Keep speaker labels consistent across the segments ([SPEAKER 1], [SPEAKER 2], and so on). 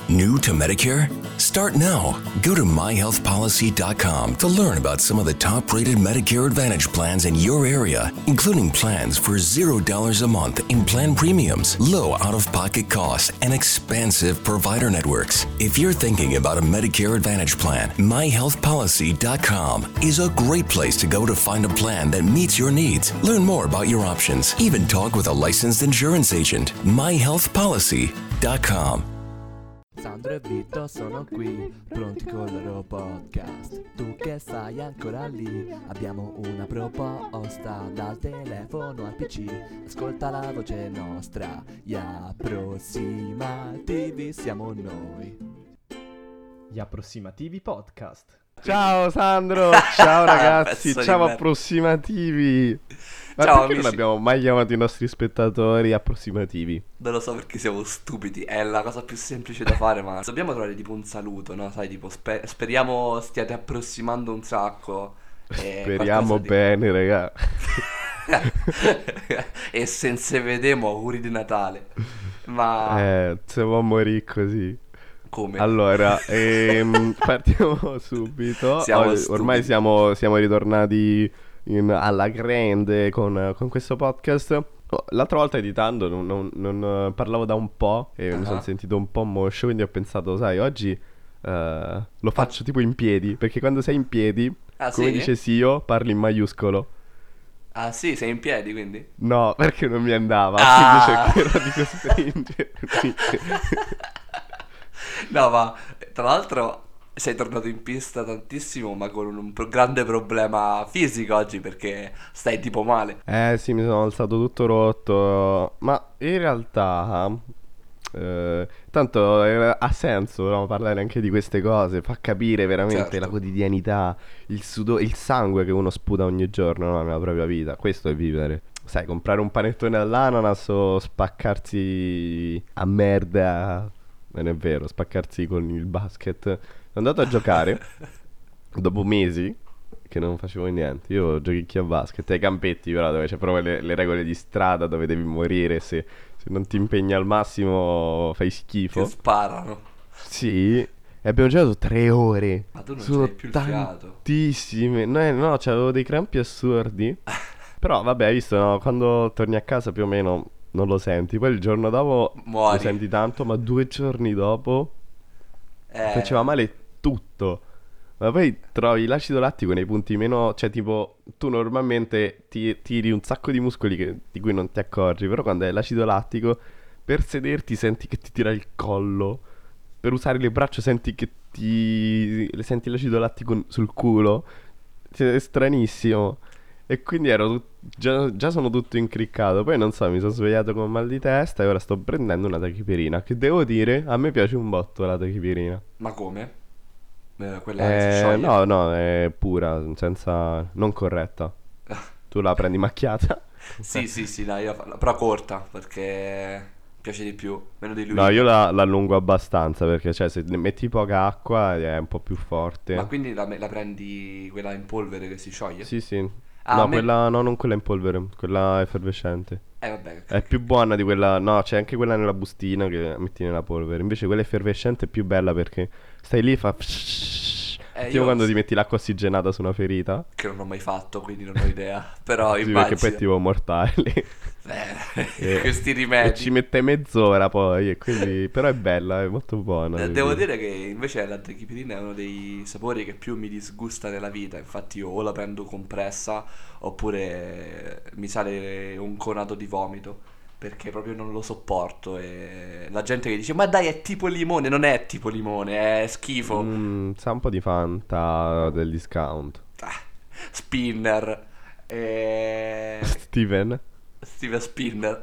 [SPEAKER 1] New to Medicare? Start now. Go to myhealthpolicy.com to learn about some of the top-rated Medicare Advantage plans in your area, including plans for $0 a month in plan premiums, low out-of-pocket costs, and expansive provider networks. If you're thinking about a Medicare Advantage plan, myhealthpolicy.com is a great place to go to find a plan that meets your needs. Learn more about your options. Even talk with a licensed insurance agent. myhealthpolicy.com.
[SPEAKER 2] Sandro e Vito sono qui, pronti con il loro podcast. Tu che sei ancora lì, abbiamo una proposta. Dal telefono al PC, ascolta la voce nostra. Gli approssimativi siamo noi.
[SPEAKER 3] Gli approssimativi podcast.
[SPEAKER 4] Ciao Sandro, ciao ragazzi, ciao approssimativi. Ma
[SPEAKER 5] Ciao,
[SPEAKER 4] perché non
[SPEAKER 5] amici.
[SPEAKER 4] abbiamo mai chiamato i nostri spettatori approssimativi?
[SPEAKER 5] Non lo so perché siamo stupidi, è la cosa più semplice da fare, ma dobbiamo trovare tipo un saluto, no? Sai, tipo speriamo stiate approssimando un sacco.
[SPEAKER 4] Speriamo bene, raga.
[SPEAKER 5] E se se vedemo auguri di Natale. Ma
[SPEAKER 4] Se vuoi morire così.
[SPEAKER 5] come?
[SPEAKER 4] Allora, partiamo subito.
[SPEAKER 5] Siamo
[SPEAKER 4] Ormai
[SPEAKER 5] stupidi.
[SPEAKER 4] siamo ritornati alla grande con questo podcast. L'altra volta editando non parlavo da un po' e mi sono sentito un po' moscio, quindi ho pensato, sai, oggi lo faccio tipo in piedi, perché quando sei in piedi,
[SPEAKER 5] Ah,
[SPEAKER 4] come
[SPEAKER 5] sì?
[SPEAKER 4] dice Sio, parli in maiuscolo.
[SPEAKER 5] Ah sì, sei in piedi quindi?
[SPEAKER 4] No, perché non mi andava,
[SPEAKER 5] Ah.
[SPEAKER 4] quindi cercherò di costringermi.
[SPEAKER 5] No, ma tra l'altro sei tornato in pista tantissimo, ma con un grande problema fisico oggi perché stai tipo male.
[SPEAKER 4] Sì, mi sono alzato tutto rotto, ma in realtà, tanto ha senso, no, parlare anche di queste cose, fa capire veramente
[SPEAKER 5] Certo.
[SPEAKER 4] la quotidianità, il sangue che uno sputa ogni giorno, no, nella propria vita. Questo è vivere. Sai, comprare un panettone all'ananas o spaccarsi a merda, non è vero, spaccarsi con il basket. Sono andato a giocare dopo mesi che non facevo niente. Io giochicchio a basket ai campetti, però dove c'è proprio le regole di strada, dove devi morire se non ti impegni al massimo fai
[SPEAKER 5] Ti
[SPEAKER 4] schifo.
[SPEAKER 5] sparano.
[SPEAKER 4] Sì, e abbiamo giocato 3 ore.
[SPEAKER 5] Ma tu non
[SPEAKER 4] Sono
[SPEAKER 5] c'hai più il fiato.
[SPEAKER 4] tantissime. No, c'avevo dei crampi assurdi. Però vabbè, hai visto, no? Quando torni a casa più o meno non lo senti. Poi il giorno dopo
[SPEAKER 5] Muori.
[SPEAKER 4] lo senti tanto, ma 2 giorni dopo faceva male tutto. Ma poi trovi l'acido lattico nei punti meno. Cioè, tipo, tu normalmente tiri un sacco di muscoli di cui non ti accorgi. Però quando hai l'acido lattico, per sederti senti che ti tira il collo. Per usare le braccia senti che senti l'acido lattico sul culo. È stranissimo. E quindi già sono tutto incriccato. Poi non so, mi sono svegliato con mal di testa e ora sto prendendo una tachipirina. Che devo dire, a me piace un botto la tachipirina.
[SPEAKER 5] Ma come? Quella che si scioglie?
[SPEAKER 4] No, è pura, senza, non corretta. Tu la prendi macchiata?
[SPEAKER 5] Sì, no, però corta perché piace di più, meno di lui.
[SPEAKER 4] No, io la allungo abbastanza perché, cioè, se ne metti poca acqua è un po' più forte.
[SPEAKER 5] Ma quindi la prendi quella in polvere che si scioglie?
[SPEAKER 4] Sì, sì.
[SPEAKER 5] Ah,
[SPEAKER 4] No,
[SPEAKER 5] a me-
[SPEAKER 4] non quella in polvere, quella effervescente.
[SPEAKER 5] Vabbè.
[SPEAKER 4] È più buona di quella. No, c'è anche quella nella bustina che metti nella polvere. Invece quella effervescente è più bella perché stai lì e fa. Tipo
[SPEAKER 5] Io
[SPEAKER 4] quando ti metti l'acqua ossigenata su una ferita.
[SPEAKER 5] che non ho mai fatto, quindi non ho idea. Però
[SPEAKER 4] Sì, perché poi è
[SPEAKER 5] immagino.
[SPEAKER 4] tipo mortale.
[SPEAKER 5] Questi
[SPEAKER 4] E ci
[SPEAKER 5] rimedi.
[SPEAKER 4] mette mezz'ora poi. E quindi. Però è bella, è molto buona.
[SPEAKER 5] Devo dire che invece la tachipirina è uno dei sapori che più mi disgusta nella vita. Infatti io o la prendo compressa oppure mi sale un conato di vomito. Perché proprio non lo sopporto. E la gente che dice: Ma dai, è tipo limone. Non è tipo limone, è schifo.
[SPEAKER 4] Sa un po' di Fanta del discount.
[SPEAKER 5] Spinner.
[SPEAKER 4] Steven.
[SPEAKER 5] Steven Spinner.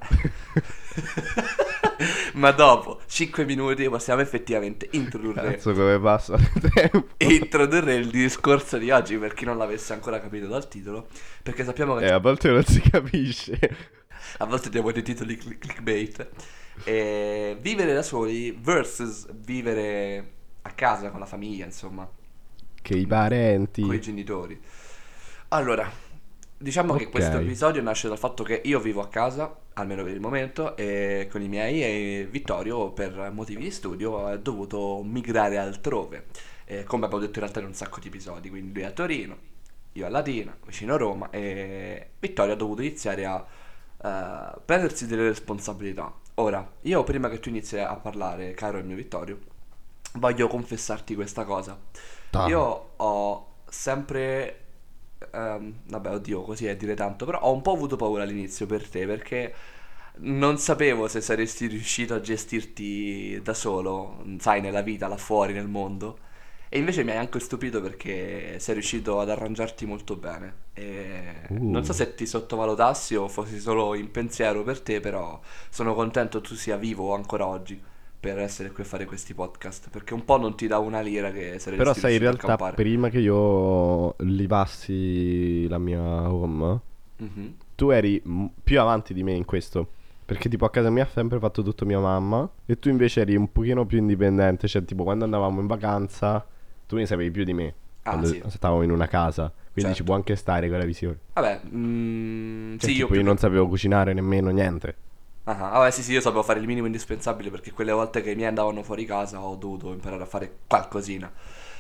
[SPEAKER 5] Ma dopo 5 minuti possiamo effettivamente
[SPEAKER 4] Cazzo, come passa il tempo.
[SPEAKER 5] introdurre il discorso di oggi per chi non l'avesse ancora capito dal titolo. Perché sappiamo che
[SPEAKER 4] A volte non si capisce.
[SPEAKER 5] a volte diamo dei titoli clickbait. Vivere da soli versus vivere a casa con la famiglia, insomma,
[SPEAKER 4] Che i parenti.
[SPEAKER 5] con i genitori. Allora, Diciamo che
[SPEAKER 4] Ok.
[SPEAKER 5] questo episodio nasce dal fatto che io vivo a casa, almeno per il momento, e con i miei, e Vittorio per motivi di studio è dovuto migrare altrove. Come abbiamo detto in realtà in un sacco di episodi, quindi lui è a Torino, io a Latina, vicino a Roma, e Vittorio ha dovuto iniziare a prendersi delle responsabilità. Ora, io prima che tu inizi a parlare, caro il mio Vittorio, voglio confessarti questa cosa.
[SPEAKER 4] Ah.
[SPEAKER 5] Io ho sempre vabbè, oddio, così è dire tanto, però ho un po' avuto paura all'inizio per te perché non sapevo se saresti riuscito a gestirti da solo, sai, nella vita, là fuori, nel mondo. E invece mi hai anche stupito perché sei riuscito ad arrangiarti molto bene. E non so
[SPEAKER 4] Uh.
[SPEAKER 5] se ti sottovalutassi o fossi solo in pensiero per te, però sono contento tu sia vivo ancora oggi per essere qui a fare questi podcast, perché un po' non ti dà una lira che
[SPEAKER 4] Però
[SPEAKER 5] saresti
[SPEAKER 4] sai, in
[SPEAKER 5] riuscito a
[SPEAKER 4] realtà
[SPEAKER 5] campare.
[SPEAKER 4] prima che io livassi la mia home,
[SPEAKER 5] Mhm.
[SPEAKER 4] tu eri più avanti di me in questo. Perché tipo a casa mia ha sempre fatto tutto mia mamma e tu invece eri un pochino più indipendente. Cioè tipo quando andavamo in vacanza tu ne sapevi più di me.
[SPEAKER 5] Ah,
[SPEAKER 4] Quando
[SPEAKER 5] sì,
[SPEAKER 4] stavamo in una casa. Quindi ci
[SPEAKER 5] certo.
[SPEAKER 4] può anche stare quella visione.
[SPEAKER 5] Vabbè,
[SPEAKER 4] Cioè
[SPEAKER 5] sì, io
[SPEAKER 4] tipo
[SPEAKER 5] più
[SPEAKER 4] io
[SPEAKER 5] che...
[SPEAKER 4] non sapevo cucinare nemmeno niente.
[SPEAKER 5] Ah, vabbè, sì, sì, io sapevo fare il minimo indispensabile perché quelle volte che i miei andavano fuori casa ho dovuto imparare a fare qualcosina.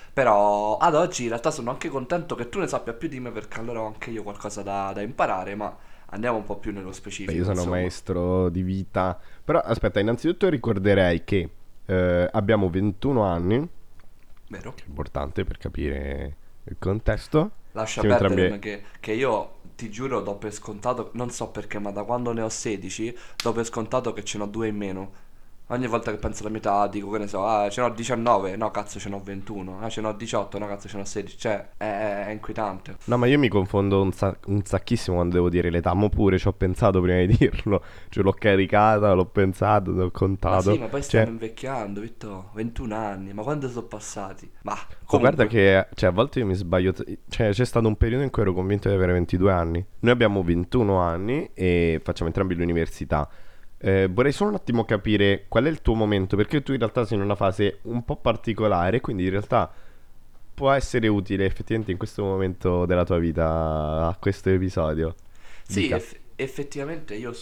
[SPEAKER 5] Però ad oggi in realtà sono anche contento che tu ne sappia più di me perché allora ho anche io qualcosa da imparare, ma andiamo un po' più nello
[SPEAKER 4] Beh, io
[SPEAKER 5] specifico,
[SPEAKER 4] sono
[SPEAKER 5] insomma.
[SPEAKER 4] maestro di vita. Però aspetta, innanzitutto ricorderei che abbiamo 21 anni.
[SPEAKER 5] Vero?
[SPEAKER 4] Che è importante per capire il contesto.
[SPEAKER 5] Lascia
[SPEAKER 4] Siamo
[SPEAKER 5] perdere
[SPEAKER 4] entrambi...
[SPEAKER 5] che io ti giuro do per scontato, non so perché, ma da quando ne ho 16 do per scontato che ce n'ho due in meno. Ogni volta che penso alla mia età dico che ne so, ah ce n'ho 19, no cazzo ce n'ho 21, ah ce n'ho 18, no cazzo ce n'ho 16, cioè è inquietante.
[SPEAKER 4] No, ma io mi confondo un sacchissimo quando devo dire l'età. Ma pure ci ho pensato prima di dirlo. Cioè l'ho caricata, l'ho pensato, l'ho
[SPEAKER 5] Ma sì,
[SPEAKER 4] contato.
[SPEAKER 5] ma poi
[SPEAKER 4] Cioè,
[SPEAKER 5] stiamo invecchiando, Vitto, 21 anni, ma quando sono passati? Ma
[SPEAKER 4] ma guarda
[SPEAKER 5] comunque,
[SPEAKER 4] che, cioè, a volte io mi sbaglio. Cioè, c'è stato un periodo in cui ero convinto di avere 22 anni. Noi abbiamo 21 anni e facciamo entrambi l'università. Vorrei solo un attimo capire qual è il tuo momento, perché tu in realtà sei in una fase un po' particolare, quindi in realtà può essere utile effettivamente in questo momento della tua vita, a questo episodio.
[SPEAKER 5] sì,
[SPEAKER 4] Dica.
[SPEAKER 5] effettivamente io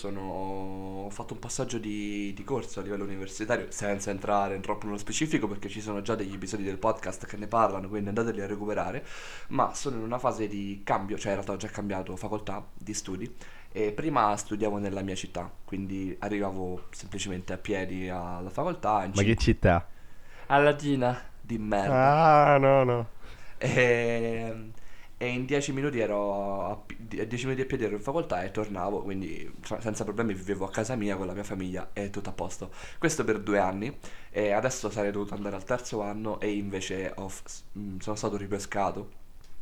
[SPEAKER 5] ho fatto un passaggio di corso a livello universitario, senza entrare troppo nello specifico perché ci sono già degli episodi del podcast che ne parlano, quindi andateli a recuperare, ma sono in una fase di cambio, cioè in realtà ho già cambiato facoltà di studi e prima studiavo nella mia città, quindi arrivavo semplicemente a piedi alla facoltà in
[SPEAKER 4] Ma che
[SPEAKER 5] 5
[SPEAKER 4] città?
[SPEAKER 5] a Latina di merda.
[SPEAKER 4] Ah, no, no.
[SPEAKER 5] E, e in 10 minuti ero a, 10 minuti a piedi ero in facoltà e tornavo, quindi senza problemi vivevo a casa mia con la mia famiglia e tutto a posto. Questo per 2 anni e adesso sarei dovuto andare al terzo anno e invece sono stato ripescato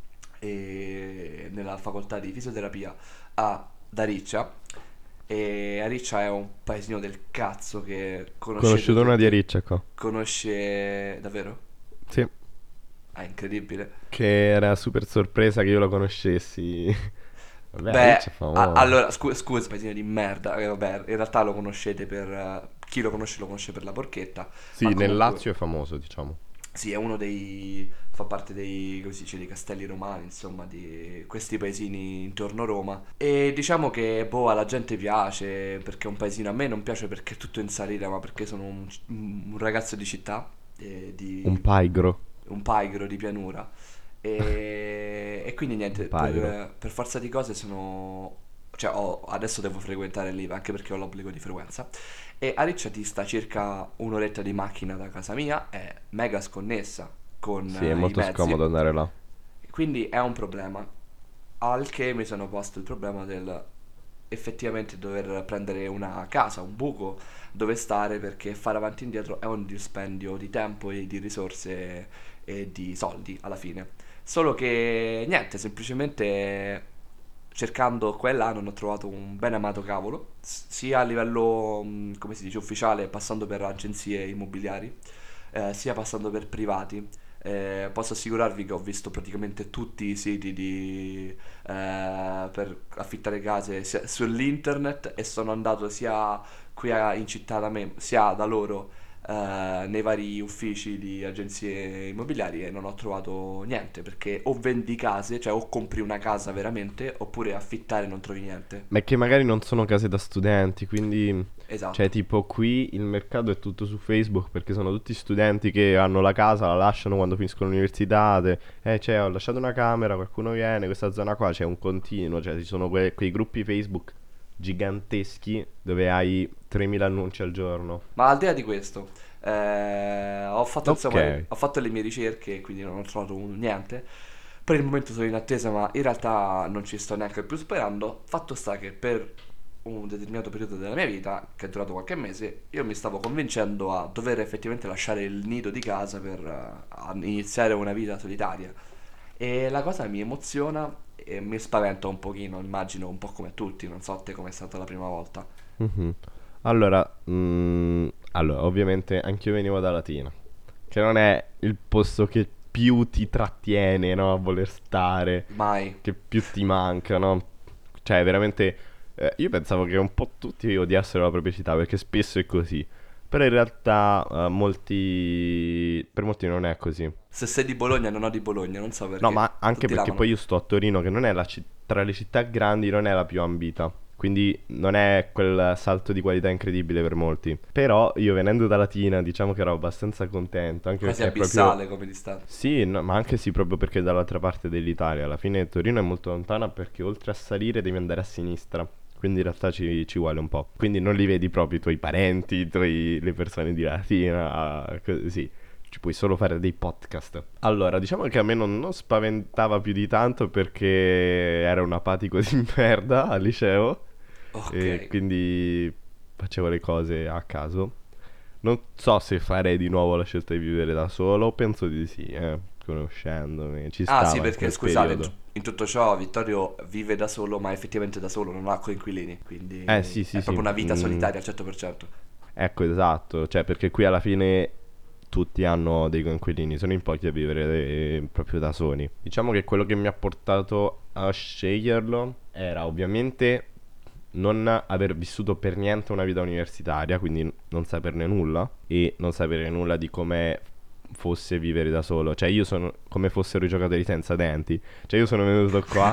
[SPEAKER 5] nella facoltà di fisioterapia ad Ariccia. E Ariccia è un paesino del cazzo che
[SPEAKER 4] Ho
[SPEAKER 5] conoscete
[SPEAKER 4] conosciuto una di
[SPEAKER 5] tutti.
[SPEAKER 4] Ariccia qua.
[SPEAKER 5] Conosce davvero?
[SPEAKER 4] Sì,
[SPEAKER 5] Ah, incredibile.
[SPEAKER 4] che era super sorpresa che io la conoscessi. Vabbè,
[SPEAKER 5] Beh,
[SPEAKER 4] Ariccia è famosa.
[SPEAKER 5] allora, scusa, paesino di merda. Vabbè, in realtà lo conoscete per... chi lo conosce per la porchetta.
[SPEAKER 4] Sì,
[SPEAKER 5] Ma
[SPEAKER 4] nel
[SPEAKER 5] comunque,
[SPEAKER 4] Lazio è famoso, diciamo.
[SPEAKER 5] sì, è uno dei... fa parte dei, come si dice, dei castelli romani, insomma, di questi paesini intorno a Roma. E diciamo che, boh, alla gente piace, perché è un paesino... A me non piace perché è tutto in salita, ma perché sono un ragazzo di città,
[SPEAKER 4] Un paigro.
[SPEAKER 5] un paigro di pianura. E quindi niente,
[SPEAKER 4] Un paigro.
[SPEAKER 5] per forza di cose sono... Cioè, adesso devo frequentare lì, anche perché ho l'obbligo di frequenza. E Ariccia dista circa un'oretta di macchina da casa mia, è mega sconnessa con
[SPEAKER 4] Sì, è
[SPEAKER 5] i
[SPEAKER 4] molto
[SPEAKER 5] mezzi,
[SPEAKER 4] scomodo andare là.
[SPEAKER 5] quindi è un problema. Al che mi sono posto il problema del effettivamente dover prendere una casa, un buco dove stare perché fare avanti e indietro è un dispendio di tempo e di risorse e di soldi alla fine. Solo che niente, semplicemente cercando qua e là non ho trovato un ben amato cavolo, sia a livello, come si dice, ufficiale, passando per agenzie immobiliari, sia passando per privati. Posso assicurarvi che ho visto praticamente tutti i siti per affittare case sull'internet e sono andato sia qui in città da me, sia da loro nei vari uffici di agenzie immobiliari e non ho trovato niente, perché o vendi case, cioè o compri una casa veramente, oppure affittare non trovi niente.
[SPEAKER 4] Ma è che magari non sono case da studenti, quindi...
[SPEAKER 5] Esatto.
[SPEAKER 4] Cioè, tipo, qui il mercato è tutto su Facebook perché sono tutti studenti che hanno la casa, la lasciano quando finiscono l'università. Cioè, ho lasciato una camera, qualcuno viene, questa zona qua c'è un continuo, cioè ci sono quei gruppi Facebook giganteschi dove hai 3000 annunci al giorno.
[SPEAKER 5] Ma al di là di questo, ho fatto, insomma,
[SPEAKER 4] Ok.
[SPEAKER 5] ho fatto le mie ricerche, quindi non ho trovato niente. Per il momento sono in attesa, ma in realtà non ci sto neanche più sperando. Fatto sta che per un determinato periodo della mia vita, che è durato qualche mese, io mi stavo convincendo a dover effettivamente lasciare il nido di casa per iniziare una vita solitaria. E la cosa mi emoziona e mi spaventa un pochino, immagino un po' come tutti, non so a te com'è stata la prima volta.
[SPEAKER 4] Mhm. Allora, ovviamente anch'io venivo da Latina, che non è il posto che più ti trattiene, no? A voler stare,
[SPEAKER 5] Mai.
[SPEAKER 4] che più ti manca, no? Cioè, veramente, io pensavo che un po' tutti odiassero la propria città, perché spesso è così. Però in realtà per molti non è così.
[SPEAKER 5] Se sei di Bologna non odi Bologna, non so perché.
[SPEAKER 4] No, ma anche
[SPEAKER 5] Tutti
[SPEAKER 4] perché
[SPEAKER 5] l'amano.
[SPEAKER 4] poi io sto a Torino, che non è tra le città grandi non è la più ambita. Quindi non è quel salto di qualità incredibile per molti. Però io venendo da Latina, diciamo che ero abbastanza contento. Anche
[SPEAKER 5] Quasi
[SPEAKER 4] perché è
[SPEAKER 5] abissale
[SPEAKER 4] proprio...
[SPEAKER 5] come distanza.
[SPEAKER 4] Sì, no, ma anche sì, proprio perché è dall'altra parte dell'Italia. Alla fine Torino è molto lontana perché oltre a salire devi andare a sinistra. Quindi in realtà ci vuole un po'. Quindi non li vedi proprio i tuoi parenti, le persone di Latina, così. Ci puoi solo fare dei podcast. Allora, diciamo che a me non spaventava più di tanto perché era un apatico di merda al liceo.
[SPEAKER 5] Ok.
[SPEAKER 4] E quindi facevo le cose a caso. Non so se farei di nuovo la scelta di vivere da solo. Penso di sì, conoscendomi. Ci
[SPEAKER 5] Ah
[SPEAKER 4] stava
[SPEAKER 5] sì,
[SPEAKER 4] in
[SPEAKER 5] perché
[SPEAKER 4] quel
[SPEAKER 5] scusate,
[SPEAKER 4] periodo.
[SPEAKER 5] in tutto ciò Vittorio vive da solo, ma effettivamente da solo, non ha coinquilini, quindi
[SPEAKER 4] Sì, sì,
[SPEAKER 5] è
[SPEAKER 4] sì.
[SPEAKER 5] proprio una vita solitaria al 100%.
[SPEAKER 4] Ecco, esatto. Cioè, perché qui alla fine tutti hanno dei coinquilini, sono in pochi a vivere proprio da soli. Diciamo che quello che mi ha portato a sceglierlo era ovviamente non aver vissuto per niente una vita universitaria, quindi non saperne nulla e non sapere nulla di come fosse vivere da solo. Cioè io sono come fossero i giocatori senza denti. Cioè io sono venuto qua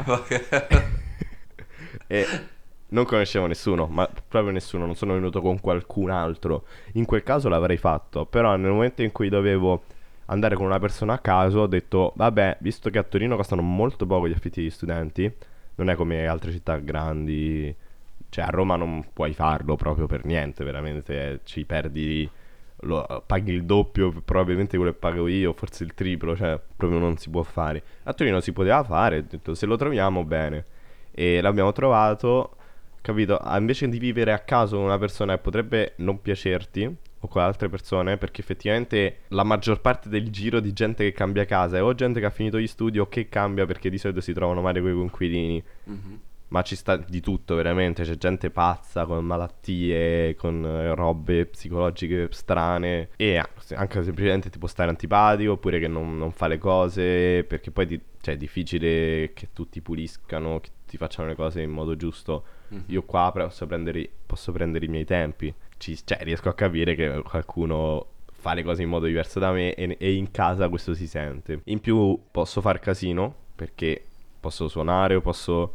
[SPEAKER 4] e non conoscevo nessuno, ma proprio nessuno, non sono venuto con qualcun altro. In quel caso l'avrei fatto, però nel momento in cui dovevo andare con una persona a caso ho detto, vabbè, visto che a Torino costano molto poco gli affitti degli studenti, non è come altre città grandi, cioè a Roma non puoi farlo proprio per niente, veramente, ci perdi, paghi il doppio probabilmente quello che pago io, forse il triplo, cioè proprio non si può fare. A Torino si poteva fare, ho detto se lo troviamo bene, e l'abbiamo trovato, capito? Invece di vivere a caso con una persona che potrebbe non piacerti o con altre persone, perché effettivamente la maggior parte del giro di gente che cambia casa è o gente che ha finito gli studi o che cambia perché di solito si trovano male con i coinquilini.
[SPEAKER 5] Mhm.
[SPEAKER 4] Ma ci sta di tutto veramente, c'è gente pazza con malattie, con robe psicologiche strane e anche semplicemente ti può stare antipatico oppure che non fa le cose perché poi cioè, è difficile che tutti puliscano, che ti facciano le cose in modo giusto.
[SPEAKER 5] Mhm.
[SPEAKER 4] Io qua posso prendere i miei tempi, cioè riesco a capire che qualcuno fa le cose in modo diverso da me e in casa questo si sente. In più posso far casino perché posso suonare o posso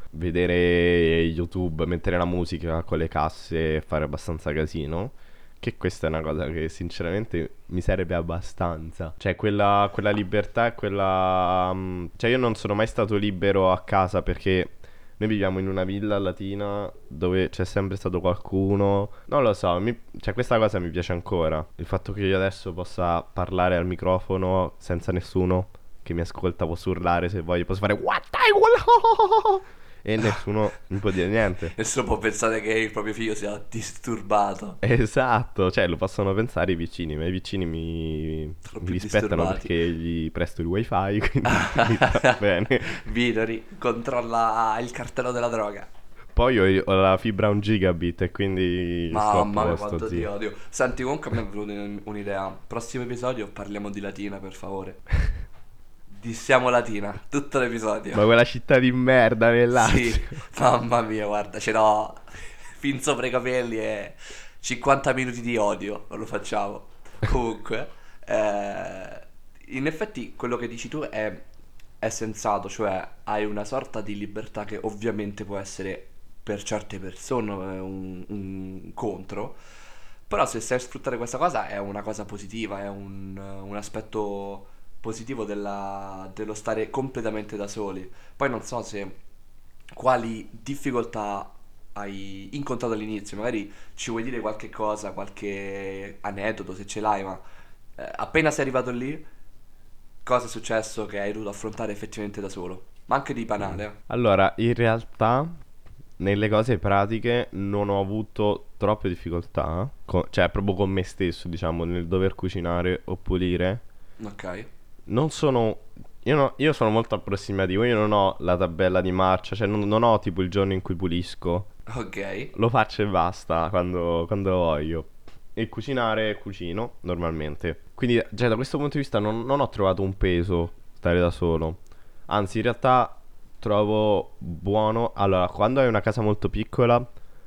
[SPEAKER 4] vedere YouTube, mettere la musica con le casse e fare abbastanza casino. Che questa è una cosa che sinceramente mi serve abbastanza. Cioè quella libertà e quella... Cioè io non sono mai stato libero a casa perché noi viviamo in una villa latina dove c'è sempre stato qualcuno. Non lo so, cioè questa cosa mi piace ancora. Il fatto che io adesso possa parlare al microfono senza nessuno che mi ascolta, posso urlare se voglio, posso fare what I will e nessuno mi può dire niente.
[SPEAKER 5] Nessuno può pensare che il proprio figlio sia disturbato.
[SPEAKER 4] Esatto, cioè lo possono pensare i vicini, ma i vicini mi
[SPEAKER 5] Sono più
[SPEAKER 4] rispettano
[SPEAKER 5] disturbati.
[SPEAKER 4] perché gli presto il wifi, quindi mi sta bene.
[SPEAKER 5] Vitori, controlla il cartello della droga.
[SPEAKER 4] Poi ho la fibra 1 gigabit e quindi sto a
[SPEAKER 5] Mamma mia
[SPEAKER 4] posto,
[SPEAKER 5] quanto ti
[SPEAKER 4] zio.
[SPEAKER 5] odio. Senti, comunque a me è venuta un'idea. Prossimo episodio parliamo di Latina, per favore. Dissiamo Latina, tutto l'episodio.
[SPEAKER 4] Ma quella città di merda nell'Azio.
[SPEAKER 5] Sì, mamma mia, guarda, ce l'ho fin sopra i capelli e 50 minuti di odio, lo facciamo. Comunque, in effetti quello che dici tu è sensato, cioè hai una sorta di libertà che ovviamente può essere per certe persone un contro, però se sai sfruttare questa cosa è una cosa positiva, è un aspetto positivo dello stare completamente da soli. Poi non so se quali difficoltà hai incontrato all'inizio, magari ci vuoi dire qualche cosa, qualche aneddoto se ce l'hai, ma appena sei arrivato lì, cosa è successo che hai dovuto affrontare effettivamente da solo? Ma anche di banale, eh.
[SPEAKER 4] Allora, in realtà, nelle cose pratiche non ho avuto troppe difficoltà, cioè proprio con me stesso, diciamo, nel dover cucinare o pulire.
[SPEAKER 5] Ok,
[SPEAKER 4] Non sono... io sono molto approssimativo, io non ho la tabella di marcia, cioè non ho tipo il giorno in cui pulisco.
[SPEAKER 5] ok,
[SPEAKER 4] Lo faccio e basta quando voglio. E cucinare, cucino normalmente. Quindi, cioè, da questo punto di vista non ho trovato un peso stare da solo. Anzi, in realtà trovo buono. Allora, quando hai una casa molto piccola,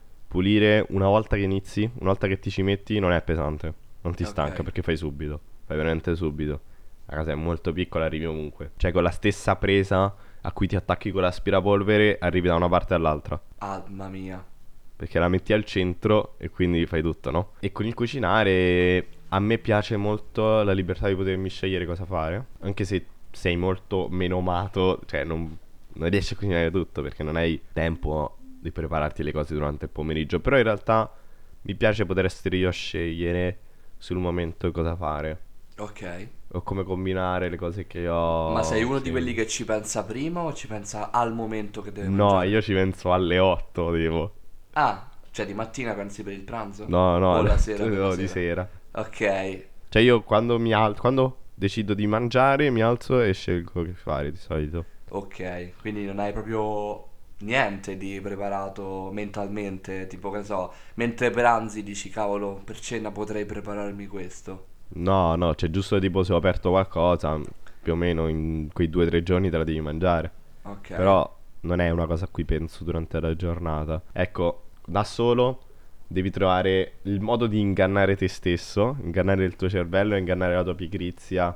[SPEAKER 4] pulire una volta che inizi, una volta che ti ci metti, non è pesante. Non ti stanca
[SPEAKER 5] ok.
[SPEAKER 4] perché fai subito. Fai veramente subito. La casa è molto piccola, arrivi ovunque. Cioè, con la stessa presa a cui ti attacchi con l'aspirapolvere, arrivi da una parte all'altra.
[SPEAKER 5] Mamma mia.
[SPEAKER 4] Perché la metti al centro e quindi fai tutto, no? E con il cucinare a me piace molto la libertà di potermi scegliere cosa fare. Anche se sei molto menomato, cioè non riesci a cucinare tutto perché non hai tempo di prepararti le cose durante il pomeriggio. Però in realtà mi piace poter essere io a scegliere sul momento cosa fare.
[SPEAKER 5] Ok.
[SPEAKER 4] O come combinare le cose che
[SPEAKER 5] Ma sei
[SPEAKER 4] ho.
[SPEAKER 5] uno di
[SPEAKER 4] Sì.
[SPEAKER 5] quelli che ci pensa prima o ci pensa al momento che deve
[SPEAKER 4] No,
[SPEAKER 5] mangiare?
[SPEAKER 4] io ci penso alle 8, tipo.
[SPEAKER 5] Ah, cioè di mattina pensi per il pranzo?
[SPEAKER 4] No,
[SPEAKER 5] O
[SPEAKER 4] no,
[SPEAKER 5] la sera per la
[SPEAKER 4] no, di
[SPEAKER 5] sera?
[SPEAKER 4] sera.
[SPEAKER 5] Ok,
[SPEAKER 4] Cioè io quando decido di mangiare mi alzo e scelgo che fare di solito.
[SPEAKER 5] ok. Quindi non hai proprio niente di preparato mentalmente, tipo che ne so, mentre pranzi dici cavolo, per cena potrei prepararmi questo.
[SPEAKER 4] No, no, cioè giusto tipo se ho aperto qualcosa, più o meno in quei 2 o 3 giorni te la devi mangiare.
[SPEAKER 5] Ok,
[SPEAKER 4] Però non è una cosa a cui penso durante la giornata. Ecco, da solo devi trovare il modo di ingannare te stesso, ingannare il tuo cervello, ingannare la tua pigrizia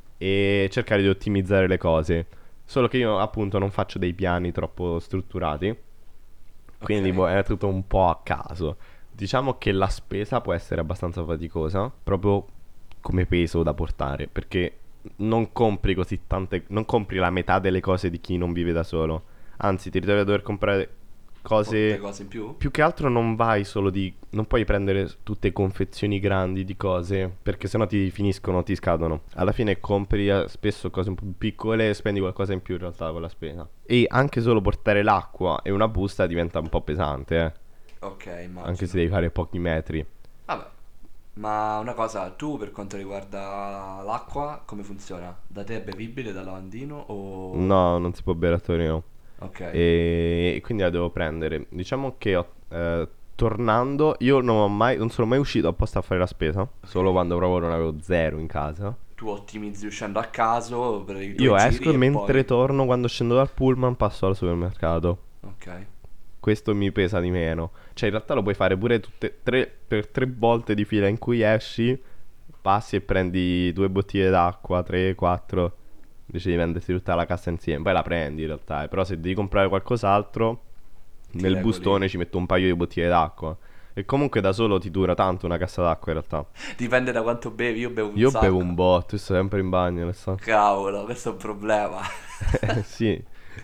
[SPEAKER 4] e cercare di ottimizzare le cose. Solo che io appunto non faccio dei piani troppo strutturati, quindi
[SPEAKER 5] ok.
[SPEAKER 4] è tutto un po' a caso. Diciamo che la spesa può essere abbastanza faticosa, proprio come peso da portare, perché non compri così tante, non compri la metà delle cose di chi non vive da solo. Anzi, ti ritrovi a dover comprare
[SPEAKER 5] Molte
[SPEAKER 4] cose.
[SPEAKER 5] cose in più?
[SPEAKER 4] Più che altro non vai solo di. Non puoi prendere tutte confezioni grandi di cose, perché sennò ti finiscono, ti scadono. Alla fine compri spesso cose un po' più piccole e spendi qualcosa in più in realtà con la spesa. E anche solo portare l'acqua e una busta diventa un po' pesante,
[SPEAKER 5] Ok,
[SPEAKER 4] anche se
[SPEAKER 5] immagino.
[SPEAKER 4] devi fare pochi metri.
[SPEAKER 5] Vabbè, ma una cosa, tu per quanto riguarda l'acqua, come funziona? Da te è bevibile dal lavandino o...
[SPEAKER 4] No, non si può bere a Torino.
[SPEAKER 5] Ok,
[SPEAKER 4] E quindi la devo prendere. Diciamo che tornando, io non sono mai uscito apposta a fare la spesa. Solo quando proprio non avevo zero in casa.
[SPEAKER 5] tu ottimizzi uscendo a caso per i tuoi
[SPEAKER 4] Io esco
[SPEAKER 5] giri
[SPEAKER 4] e
[SPEAKER 5] e
[SPEAKER 4] mentre
[SPEAKER 5] poi...
[SPEAKER 4] torno, quando scendo dal pullman, passo al supermercato.
[SPEAKER 5] Ok,
[SPEAKER 4] Questo mi pesa di meno. Cioè, in realtà lo puoi fare pure per 3 volte di fila in cui esci, passi e prendi 2 bottiglie d'acqua, 3, 4. Invece di venderti tutta la cassa insieme. Poi la prendi in realtà. Però se devi comprare qualcos'altro,
[SPEAKER 5] ti
[SPEAKER 4] nel
[SPEAKER 5] regoli.
[SPEAKER 4] bustone ci metto un paio di bottiglie d'acqua. E comunque da solo ti dura tanto una cassa d'acqua in realtà.
[SPEAKER 5] Dipende da quanto bevi, io bevo un
[SPEAKER 4] Io bevo
[SPEAKER 5] sacco.
[SPEAKER 4] un botto, io sto sempre in bagno, lo so.
[SPEAKER 5] Cavolo, questo è un problema.
[SPEAKER 4] Sì,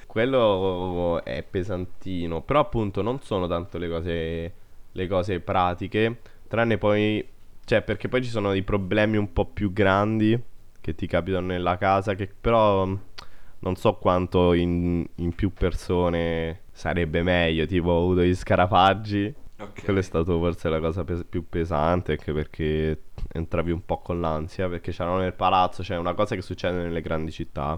[SPEAKER 4] quello è pesantino. Però appunto non sono tanto le cose pratiche. Tranne poi. Cioè, perché poi ci sono dei problemi un po' più grandi che ti capitano nella casa. Che però non so quanto in più persone sarebbe meglio. Tipo, ho avuto gli scarafaggi.
[SPEAKER 5] Ok,
[SPEAKER 4] Quello è stato forse la cosa più pesante. Anche perché entravi un po' con l'ansia. Perché c'erano nel palazzo. Cioè, una cosa che succede nelle grandi città.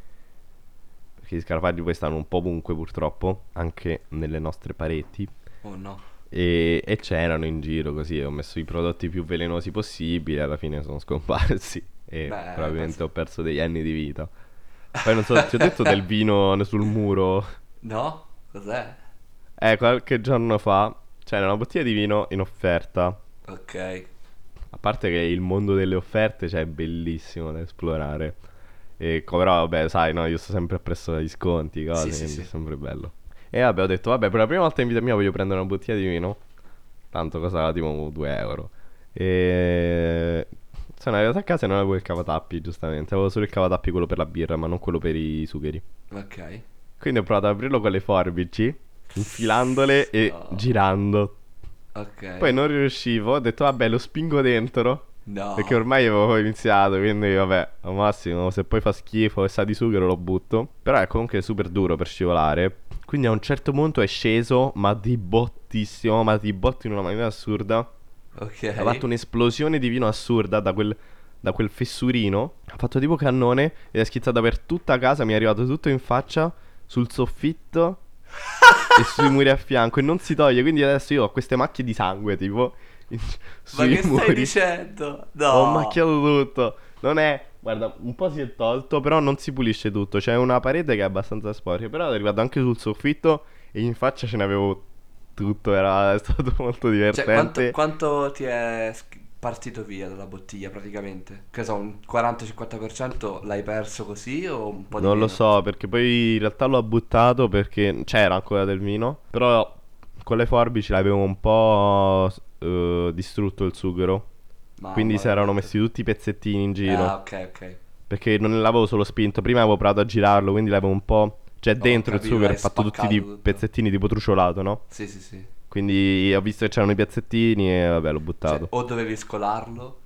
[SPEAKER 4] Perché gli scarafaggi poi stanno un po' ovunque purtroppo, anche nelle nostre pareti.
[SPEAKER 5] oh no.
[SPEAKER 4] E c'erano in giro così, ho messo i prodotti più velenosi possibili, alla fine sono scomparsi e
[SPEAKER 5] Beh,
[SPEAKER 4] probabilmente
[SPEAKER 5] penso...
[SPEAKER 4] ho perso degli anni di vita. Poi non so, ti ho detto del vino sul muro.
[SPEAKER 5] No? Cos'è?
[SPEAKER 4] Qualche giorno fa c'era una bottiglia di vino in offerta
[SPEAKER 5] Ok.
[SPEAKER 4] a A parte che il mondo delle offerte, cioè, è bellissimo da esplorare. E però, vabbè, sai, no, io sto sempre appresso agli sconti, cose,
[SPEAKER 5] Sì, sì,
[SPEAKER 4] quindi è
[SPEAKER 5] sì.
[SPEAKER 4] sempre bello. E vabbè, ho detto, vabbè, per la prima volta in vita mia voglio prendere una bottiglia di vino. Tanto costava tipo 2 euro. E sono arrivato a casa e non avevo il cavatappi, giustamente. Avevo solo il cavatappi quello per la birra, ma non quello per i sugheri.
[SPEAKER 5] Ok.
[SPEAKER 4] Quindi ho provato ad aprirlo con le forbici, infilandole e
[SPEAKER 5] No.
[SPEAKER 4] girando.
[SPEAKER 5] Ok.
[SPEAKER 4] Poi non riuscivo, ho detto vabbè lo spingo dentro.
[SPEAKER 5] No.
[SPEAKER 4] Perché ormai avevo iniziato, quindi vabbè, al massimo se poi fa schifo e sa di sughero lo butto. Però è comunque super duro per scivolare. Quindi a un certo punto è sceso, ma di bottissimo, ma di botto in una maniera assurda.
[SPEAKER 5] Ok.
[SPEAKER 4] Ha fatto un'esplosione di vino assurda da quel fessurino. Ha fatto tipo cannone ed è schizzata per tutta casa. Mi è arrivato tutto in faccia, sul soffitto e sui muri a fianco. E non si toglie. Quindi adesso io ho queste macchie di sangue, tipo,
[SPEAKER 5] Ma
[SPEAKER 4] sui
[SPEAKER 5] che stai
[SPEAKER 4] muri.
[SPEAKER 5] dicendo?
[SPEAKER 4] Ho
[SPEAKER 5] No.
[SPEAKER 4] macchiato tutto. Non è. Guarda, un po' si è tolto, però non si pulisce tutto. C'è una parete che è abbastanza sporca. Però è arrivato anche sul soffitto. E in faccia ce n'avevo tutto. È stato molto
[SPEAKER 5] Cioè, quanto,
[SPEAKER 4] divertente.
[SPEAKER 5] quanto ti è partito via dalla bottiglia praticamente? Che so, un 40-50% l'hai perso così o un po' di
[SPEAKER 4] Non
[SPEAKER 5] meno?
[SPEAKER 4] lo so, perché poi in realtà l'ho buttato perché c'era ancora del vino. Però con le forbici l'avevo un po' distrutto il sughero. Quindi
[SPEAKER 5] Mamma
[SPEAKER 4] si erano
[SPEAKER 5] veramente.
[SPEAKER 4] messi tutti i pezzettini in
[SPEAKER 5] Ah,
[SPEAKER 4] giro.
[SPEAKER 5] ok, ok.
[SPEAKER 4] Perché non l'avevo solo spinto. Prima avevo provato a girarlo, quindi l'avevo un po'. Cioè,
[SPEAKER 5] Ho
[SPEAKER 4] dentro il
[SPEAKER 5] capito,
[SPEAKER 4] sughero
[SPEAKER 5] l'hai
[SPEAKER 4] è fatto tutti di
[SPEAKER 5] spaccato tutto.
[SPEAKER 4] pezzettini tipo truciolato, no?
[SPEAKER 5] Sì, sì, sì.
[SPEAKER 4] Quindi ho visto che c'erano i pezzettini e vabbè, l'ho
[SPEAKER 5] Cioè,
[SPEAKER 4] buttato.
[SPEAKER 5] o dovevi scolarlo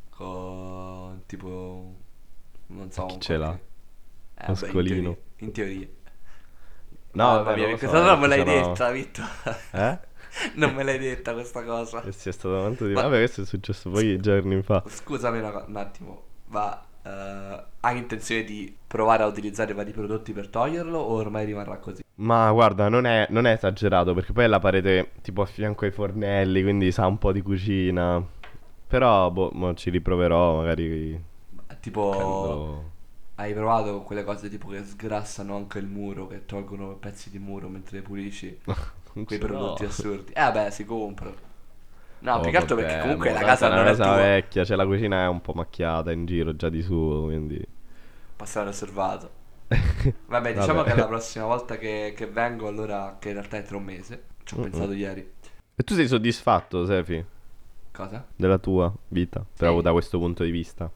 [SPEAKER 5] con tipo, non so,
[SPEAKER 4] Chi
[SPEAKER 5] un
[SPEAKER 4] ce l'ha?
[SPEAKER 5] qualche...
[SPEAKER 4] Lo
[SPEAKER 5] Vabbè,
[SPEAKER 4] scolino.
[SPEAKER 5] in teoria.
[SPEAKER 4] No,
[SPEAKER 5] Mamma
[SPEAKER 4] vabbè,
[SPEAKER 5] mia,
[SPEAKER 4] non lo
[SPEAKER 5] questa
[SPEAKER 4] so,
[SPEAKER 5] cosa non me
[SPEAKER 4] ci
[SPEAKER 5] l'hai
[SPEAKER 4] sono.
[SPEAKER 5] detta, Vitto.
[SPEAKER 4] Eh?
[SPEAKER 5] Non me l'hai detta questa cosa.
[SPEAKER 4] Eh sì, è stato tanto di.
[SPEAKER 5] Ma-
[SPEAKER 4] Vabbè, questo è successo poi giorni fa.
[SPEAKER 5] Scusami un attimo, ma hai intenzione di provare a utilizzare vari prodotti per toglierlo o ormai rimarrà così?
[SPEAKER 4] Ma guarda, non è esagerato perché poi è la parete tipo a fianco ai fornelli, quindi sa un po' di cucina. Però, boh, mo ci riproverò magari
[SPEAKER 5] Tipo,
[SPEAKER 4] quando.
[SPEAKER 5] hai provato quelle cose tipo che sgrassano anche il muro, che tolgono pezzi di muro mentre le pulisci?
[SPEAKER 4] Non
[SPEAKER 5] Quei
[SPEAKER 4] ce
[SPEAKER 5] prodotti
[SPEAKER 4] l'ho.
[SPEAKER 5] assurdi. Vabbè, si comprano. No, più
[SPEAKER 4] Oh,
[SPEAKER 5] che altro perché
[SPEAKER 4] vabbè,
[SPEAKER 5] comunque
[SPEAKER 4] mo,
[SPEAKER 5] la
[SPEAKER 4] tanto
[SPEAKER 5] casa
[SPEAKER 4] è una
[SPEAKER 5] non è
[SPEAKER 4] casa
[SPEAKER 5] tua.
[SPEAKER 4] vecchia, cioè la cucina è un po' macchiata in giro già di suo, quindi.
[SPEAKER 5] Passare osservato. Vabbè, diciamo che
[SPEAKER 4] Vabbè.
[SPEAKER 5] la prossima volta che vengo, allora, che in realtà è tra un mese, ci ho pensato ieri.
[SPEAKER 4] E tu sei soddisfatto, Sefi,
[SPEAKER 5] Cosa?
[SPEAKER 4] della tua vita, però
[SPEAKER 5] Sì.
[SPEAKER 4] da questo punto di vista?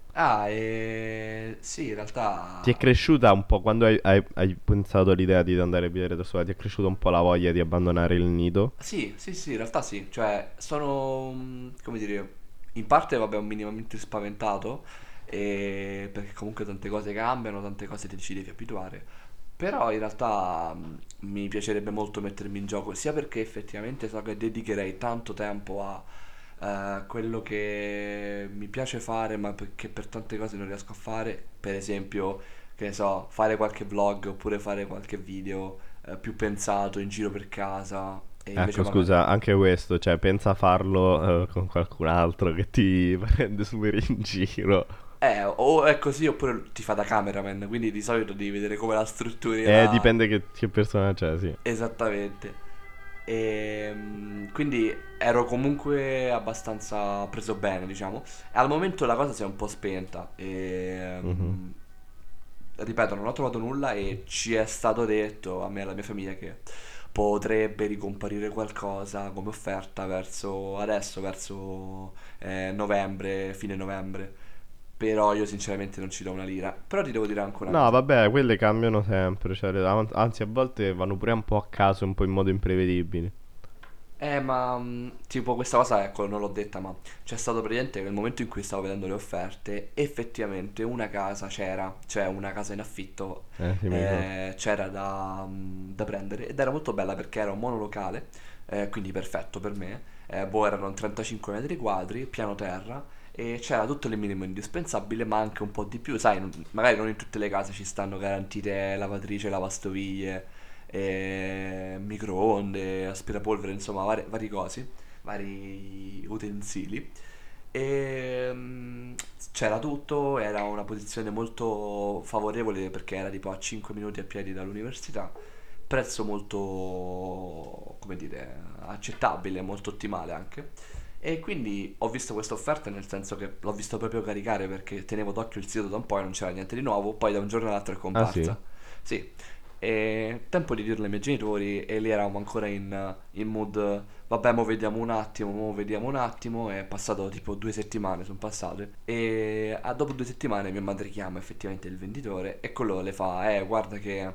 [SPEAKER 5] Sì, in realtà...
[SPEAKER 4] Ti è cresciuta un po' quando hai pensato all'idea di andare a vivere da sola? Ti è cresciuta un po' la voglia di abbandonare il nido?
[SPEAKER 5] Sì, sì, sì, in realtà sì. Cioè, sono, come dire, in parte, vabbè, un minimamente spaventato, perché comunque tante cose cambiano, tante cose ti ci devi abituare. Però in realtà mi piacerebbe molto mettermi in gioco, sia perché effettivamente so che dedicherei tanto tempo a quello che mi piace fare, ma che per tante cose non riesco a fare. Per esempio, che ne so, fare qualche vlog oppure fare qualche video più pensato in giro per casa. E invece
[SPEAKER 4] Ecco,
[SPEAKER 5] magari...
[SPEAKER 4] scusa, anche questo, cioè pensa a farlo con qualcun altro che ti prende super in giro.
[SPEAKER 5] O è così oppure ti fa da cameraman, quindi di solito devi vedere come la strutturi la...
[SPEAKER 4] Dipende che persona c'è, sì.
[SPEAKER 5] Esattamente. Quindi ero comunque abbastanza preso bene, diciamo. E al momento la cosa si è un po' spenta.
[SPEAKER 4] Mhm.
[SPEAKER 5] Ripeto, non ho trovato nulla e ci è stato detto a me e alla mia famiglia che potrebbe ricomparire qualcosa come offerta verso adesso, verso novembre, fine novembre. Però io sinceramente non ci do una lira. Però ti devo dire anche una
[SPEAKER 4] No,
[SPEAKER 5] cosa.
[SPEAKER 4] vabbè, quelle cambiano sempre, cioè, anzi a volte vanno pure un po' a caso, un po' in modo imprevedibile.
[SPEAKER 5] Ma tipo questa cosa, ecco, non l'ho detta, ma c'è stato praticamente nel momento in cui stavo vedendo le offerte, effettivamente una casa c'era, cioè una casa in affitto
[SPEAKER 4] Sì, mi ricordo.
[SPEAKER 5] c'era da prendere ed era molto bella perché era un monolocale, quindi perfetto per me. Erano 35 metri quadri, piano terra e c'era tutto il minimo indispensabile, ma anche un po' di più, sai, magari non in tutte le case ci stanno garantite lavatrice, lavastoviglie microonde, aspirapolvere, insomma, vari cosi, vari utensili. E c'era tutto, era una posizione molto favorevole perché era tipo a 5 minuti a piedi dall'università, prezzo molto, come dire, accettabile, molto ottimale anche. E quindi ho visto questa offerta, nel senso che l'ho visto proprio caricare perché tenevo d'occhio il sito da un po' e non c'era niente di nuovo, poi da un giorno all'altro è
[SPEAKER 4] Ah sì?
[SPEAKER 5] comparsa. Sì, e tempo di dirlo ai miei genitori e lì eravamo ancora in mood, vabbè, mo vediamo un attimo, è passato tipo 2 settimane, sono passate, e dopo 2 settimane mia madre chiama effettivamente il venditore e quello le fa, guarda che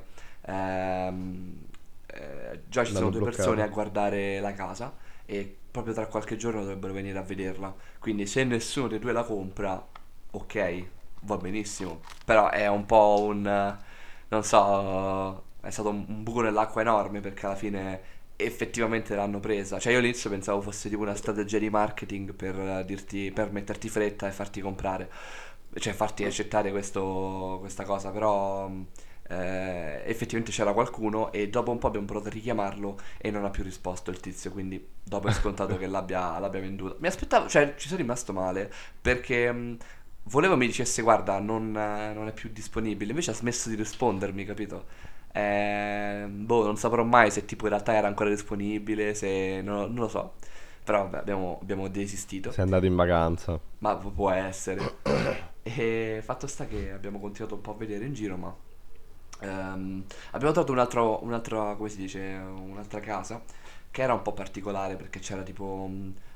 [SPEAKER 5] già ci sono
[SPEAKER 4] L'hanno
[SPEAKER 5] 2 persone a
[SPEAKER 4] bloccato.
[SPEAKER 5] guardare la casa e proprio tra qualche giorno dovrebbero venire a vederla. Quindi se nessuno dei due la compra, ok, va benissimo. Però è un po' non so, è stato un buco nell'acqua enorme perché alla fine effettivamente l'hanno presa. Cioè io all'inizio pensavo fosse tipo una strategia di marketing per dirti, per metterti fretta e farti comprare, cioè farti accettare questa cosa, però effettivamente c'era qualcuno e dopo un po' abbiamo provato a richiamarlo e non ha più risposto il tizio, quindi dopo è scontato che l'abbia venduta. Mi aspettavo, cioè ci sono rimasto male perché volevo mi dicesse guarda non è più disponibile, invece ha smesso di rispondermi, capito? Boh, non saprò mai se tipo in realtà era ancora disponibile, se non lo so. Però vabbè, abbiamo desistito.
[SPEAKER 4] Sei andato in vacanza.
[SPEAKER 5] Ma può essere. E fatto sta che abbiamo continuato un po' a vedere in giro, ma abbiamo trovato un'altra, come si dice, un'altra casa che era un po' particolare perché c'era tipo,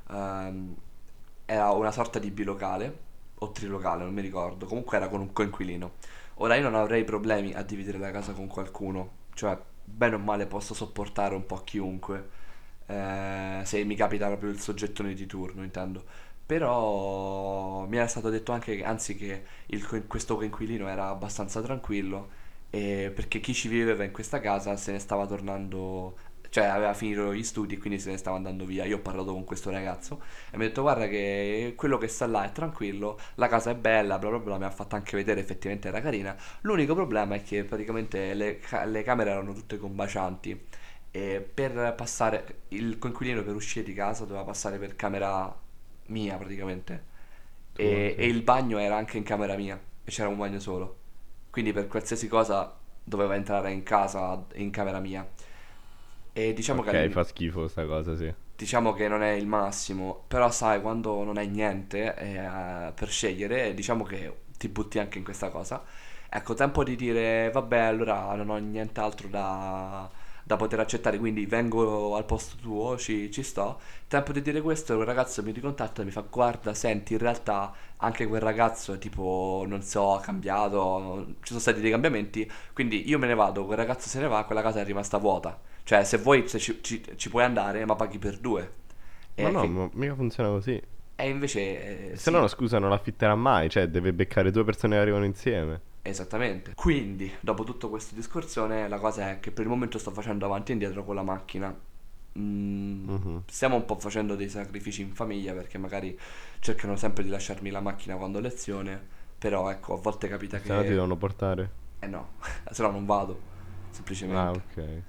[SPEAKER 5] era una sorta di bilocale o trilocale, non mi ricordo. Comunque era con un coinquilino. Ora io non avrei problemi a dividere la casa con qualcuno, cioè bene o male posso sopportare un po' chiunque, se mi capita proprio il soggettone di turno, intendo. Però mi era stato detto anche, anzi, che questo coinquilino era abbastanza tranquillo, perché chi ci viveva in questa casa se ne stava tornando, cioè aveva finito gli studi e quindi se ne stava andando via. Io ho parlato con questo ragazzo e mi ha detto guarda che quello che sta là è tranquillo, la casa è bella, bla bla bla, mi ha fatto anche vedere effettivamente era carina. L'unico problema è che praticamente le camere erano tutte combacianti e per passare il coinquilino per uscire di casa doveva passare per camera mia praticamente
[SPEAKER 4] Tua,
[SPEAKER 5] e
[SPEAKER 4] sì.
[SPEAKER 5] il bagno era anche in camera mia e c'era un bagno solo, quindi per qualsiasi cosa doveva entrare in casa in camera mia e diciamo che
[SPEAKER 4] Ok, fa schifo sta cosa, sì.
[SPEAKER 5] diciamo che non è il massimo, però sai, quando non hai niente per scegliere, diciamo che ti butti anche in questa cosa. Ecco, tempo di dire, vabbè, allora non ho nient'altro da poter accettare, quindi vengo al posto tuo, ci sto. Tempo di dire questo, un ragazzo mi ricontatta e mi fa, guarda, senti, in realtà anche quel ragazzo, tipo, non so, ha cambiato, ci sono stati dei cambiamenti, quindi io me ne vado, quel ragazzo se ne va, quella casa è rimasta vuota. Cioè, se vuoi, se ci puoi andare, ma paghi per due.
[SPEAKER 4] Ma
[SPEAKER 5] E,
[SPEAKER 4] no,
[SPEAKER 5] qui-
[SPEAKER 4] mica funziona così.
[SPEAKER 5] e invece,
[SPEAKER 4] Se no,
[SPEAKER 5] sì,
[SPEAKER 4] scusa, non l'affitterà mai. Cioè, deve beccare due persone che arrivano insieme.
[SPEAKER 5] esattamente. Quindi, dopo tutto questo discorsone, la cosa è che per il momento sto facendo avanti e indietro con la macchina.
[SPEAKER 4] Mhm.
[SPEAKER 5] Stiamo un po' facendo dei sacrifici in famiglia perché magari cercano sempre di lasciarmi la macchina quando ho lezione. Però, ecco, a volte capita
[SPEAKER 4] Se no ti
[SPEAKER 5] che.
[SPEAKER 4] devono portare.
[SPEAKER 5] Eh no, se no non vado,
[SPEAKER 4] Ah,
[SPEAKER 5] semplicemente.
[SPEAKER 4] ok.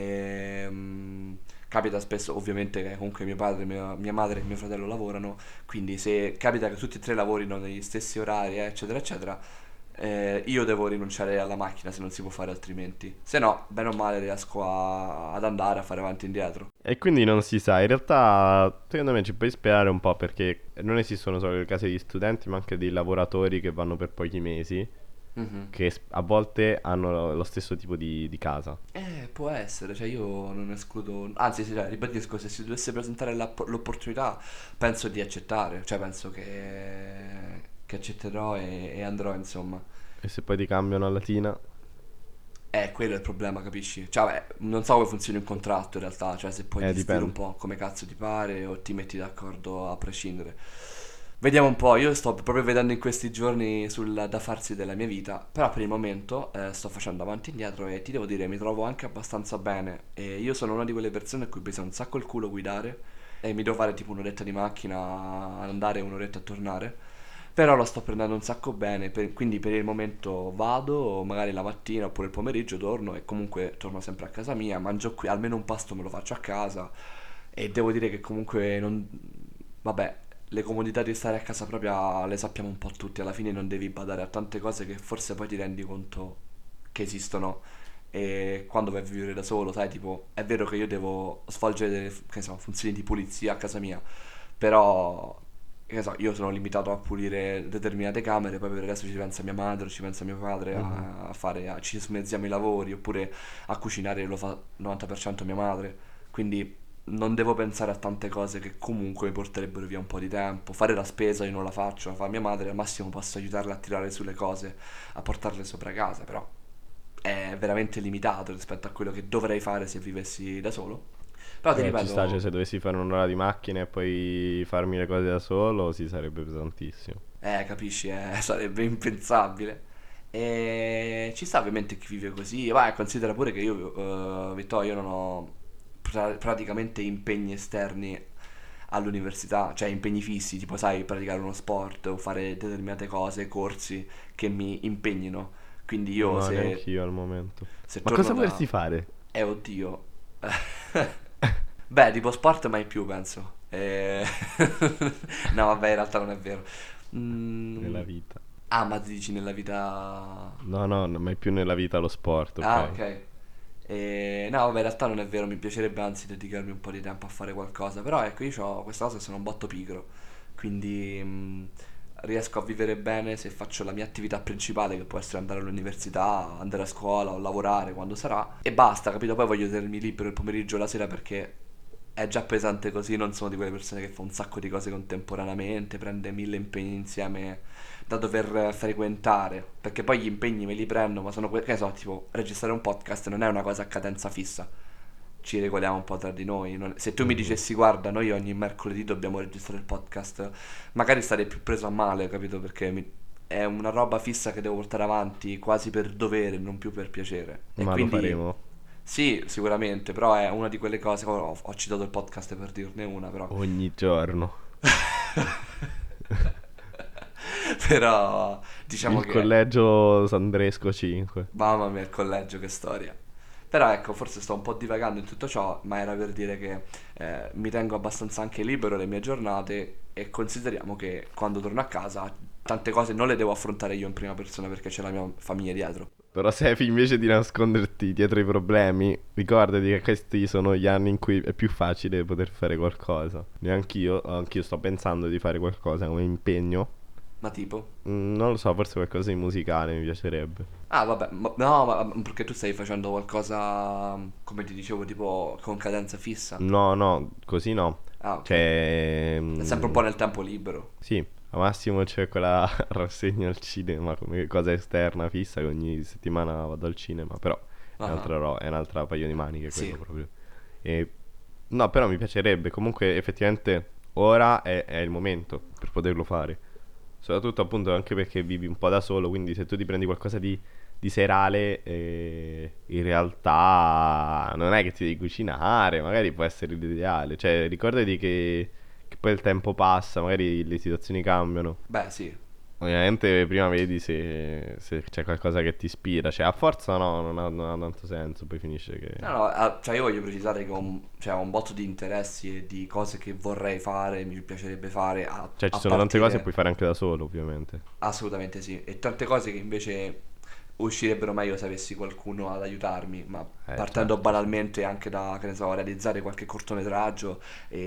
[SPEAKER 5] Capita spesso, ovviamente, che comunque mio padre, mia madre e mio fratello lavorano, quindi se capita che tutti e tre lavorino negli stessi orari, eccetera, eccetera, io devo rinunciare alla macchina se non si può fare altrimenti. Se no, bene o male, riesco ad andare a fare avanti e indietro.
[SPEAKER 4] E quindi non si sa. In realtà, secondo me ci puoi spiegare un po' perché non esistono solo le case di studenti, ma anche dei lavoratori che vanno per pochi mesi,
[SPEAKER 5] Mhm.
[SPEAKER 4] che a volte hanno lo stesso tipo di casa.
[SPEAKER 5] Può essere, cioè io non escludo, anzi, cioè, ribadisco, se si dovesse presentare l'opportunità, penso di accettare, cioè penso che accetterò e andrò, insomma.
[SPEAKER 4] E se poi ti cambiano a Latina?
[SPEAKER 5] Quello è il problema, capisci? Cioè, non so come funziona un contratto in realtà, cioè se puoi gestire un
[SPEAKER 4] Dipende.
[SPEAKER 5] po' come cazzo ti pare o ti metti d'accordo a prescindere. Vediamo un po', io sto proprio vedendo in questi giorni sul da farsi della mia vita, però per il momento sto facendo avanti e indietro e ti devo dire, mi trovo anche abbastanza bene. E io sono una di quelle persone a cui pesa un sacco il culo guidare e mi devo fare tipo un'oretta di macchina, ad andare e un'oretta a tornare. Però lo sto prendendo un sacco bene, quindi per il momento vado, magari la mattina oppure il pomeriggio torno e comunque torno sempre a casa mia, mangio qui, almeno un pasto me lo faccio a casa e devo dire che comunque non. Vabbè, le comodità di stare a casa propria le sappiamo un po' tutti, alla fine non devi badare a tante cose che forse poi ti rendi conto che esistono e quando vai a vivere da solo, sai, tipo, è vero che io devo svolgere delle, che ne so, funzioni di pulizia a casa mia, Però, che ne so, io sono limitato a pulire determinate camere, poi per il resto ci pensa mia madre, ci pensa mio padre ci smezziamo i lavori, oppure a cucinare lo fa il 90% mia madre. Quindi non devo pensare a tante cose che comunque mi porterebbero via un po' di tempo. Fare la spesa io non la faccio, la fa mia madre, al massimo posso aiutarla a tirare sulle cose, a portarle sopra casa, però è veramente limitato rispetto a quello che dovrei fare se vivessi da solo. Però ti
[SPEAKER 4] Ci
[SPEAKER 5] ripeto,
[SPEAKER 4] sta, cioè se dovessi fare un'ora di macchina e poi farmi le cose da solo, sì, sarebbe pesantissimo.
[SPEAKER 5] capisci, sarebbe impensabile. E ci sta ovviamente chi vive così. Vai, considera pure che io, Vittorio, io non ho praticamente impegni esterni all'università, cioè impegni fissi, tipo sai, praticare uno sport o fare determinate cose, corsi che mi impegnino. Quindi io
[SPEAKER 4] No,
[SPEAKER 5] se,
[SPEAKER 4] neanche io al momento.
[SPEAKER 5] se
[SPEAKER 4] Ma
[SPEAKER 5] torno
[SPEAKER 4] cosa
[SPEAKER 5] da...
[SPEAKER 4] vorresti fare?
[SPEAKER 5] Oddio. Beh, tipo sport mai più, penso. No, vabbè, in realtà non è vero.
[SPEAKER 4] Nella vita.
[SPEAKER 5] Ah, ma ti dici nella vita...
[SPEAKER 4] No, mai più nella vita lo sport, ok?
[SPEAKER 5] Ah, ok. No, vabbè, in realtà non è vero, mi piacerebbe anzi dedicarmi un po' di tempo a fare qualcosa. Però ecco, io ho questa cosa che sono un botto pigro. Quindi riesco a vivere bene se faccio la mia attività principale, che può essere andare all'università, andare a scuola o lavorare quando sarà. E basta, capito? Poi voglio tenermi libero il pomeriggio o la sera perché è già pesante così, non sono di quelle persone che fa un sacco di cose contemporaneamente, prende 1000 impegni insieme da dover frequentare, perché poi gli impegni me li prendo, ma sono che so, tipo registrare un podcast non è una cosa a cadenza fissa. Ci regoliamo un po' tra di noi. Se tu mi dicessi guarda, noi ogni mercoledì dobbiamo registrare il podcast, magari sarei più preso a male, capito? Perché è una roba fissa che devo portare avanti quasi per dovere, non più per piacere. E
[SPEAKER 4] Ma
[SPEAKER 5] quindi
[SPEAKER 4] lo faremo
[SPEAKER 5] sì, sicuramente, però è una di quelle cose. Ho citato il podcast per dirne una, però.
[SPEAKER 4] ogni giorno.
[SPEAKER 5] Però diciamo
[SPEAKER 4] Il
[SPEAKER 5] che
[SPEAKER 4] collegio Sandresco 5.
[SPEAKER 5] mamma mia, il collegio, che storia. Però ecco, forse sto un po' divagando in tutto ciò, ma era per dire che mi tengo abbastanza anche libero le mie giornate e consideriamo che quando torno a casa tante cose non le devo affrontare io in prima persona perché c'è la mia famiglia dietro.
[SPEAKER 4] Però Sefi, invece di nasconderti dietro i problemi, ricordati che questi sono gli anni in cui è più facile poter fare qualcosa. Anch'io sto pensando di fare qualcosa come impegno.
[SPEAKER 5] Ma tipo?
[SPEAKER 4] Non lo so, forse qualcosa di musicale mi piacerebbe.
[SPEAKER 5] Ah, vabbè, no, ma perché tu stai facendo qualcosa, come ti dicevo, tipo con cadenza fissa?
[SPEAKER 4] No, così no.
[SPEAKER 5] Ah, ok.
[SPEAKER 4] Cioè...
[SPEAKER 5] È sempre un po' nel tempo libero.
[SPEAKER 4] Sì, al massimo c'è quella rassegna al cinema come cosa esterna fissa che ogni settimana vado al cinema, però è
[SPEAKER 5] Ah,
[SPEAKER 4] è un'altra paio di maniche quello
[SPEAKER 5] sì.
[SPEAKER 4] proprio. E, no, però mi piacerebbe, comunque effettivamente ora è il momento per poterlo fare. Soprattutto appunto anche perché vivi un po' da solo, quindi se tu ti prendi qualcosa di serale, in realtà non è che ti devi cucinare, magari può essere l'ideale. Cioè, ricordati che poi il tempo passa, magari le situazioni cambiano.
[SPEAKER 5] Beh, sì.
[SPEAKER 4] Ovviamente prima vedi se c'è qualcosa che ti ispira. Cioè, a forza no, non ha tanto senso, poi finisce che...
[SPEAKER 5] No, cioè io voglio precisare che ho un botto di interessi e di cose che vorrei fare, mi piacerebbe fare
[SPEAKER 4] Cioè, ci
[SPEAKER 5] a
[SPEAKER 4] sono tante cose
[SPEAKER 5] partire-
[SPEAKER 4] che puoi fare anche da solo, ovviamente.
[SPEAKER 5] Assolutamente sì, e tante cose che invece uscirebbero meglio se avessi qualcuno ad aiutarmi, ma partendo
[SPEAKER 4] Certo,
[SPEAKER 5] banalmente anche da, che ne so, realizzare qualche cortometraggio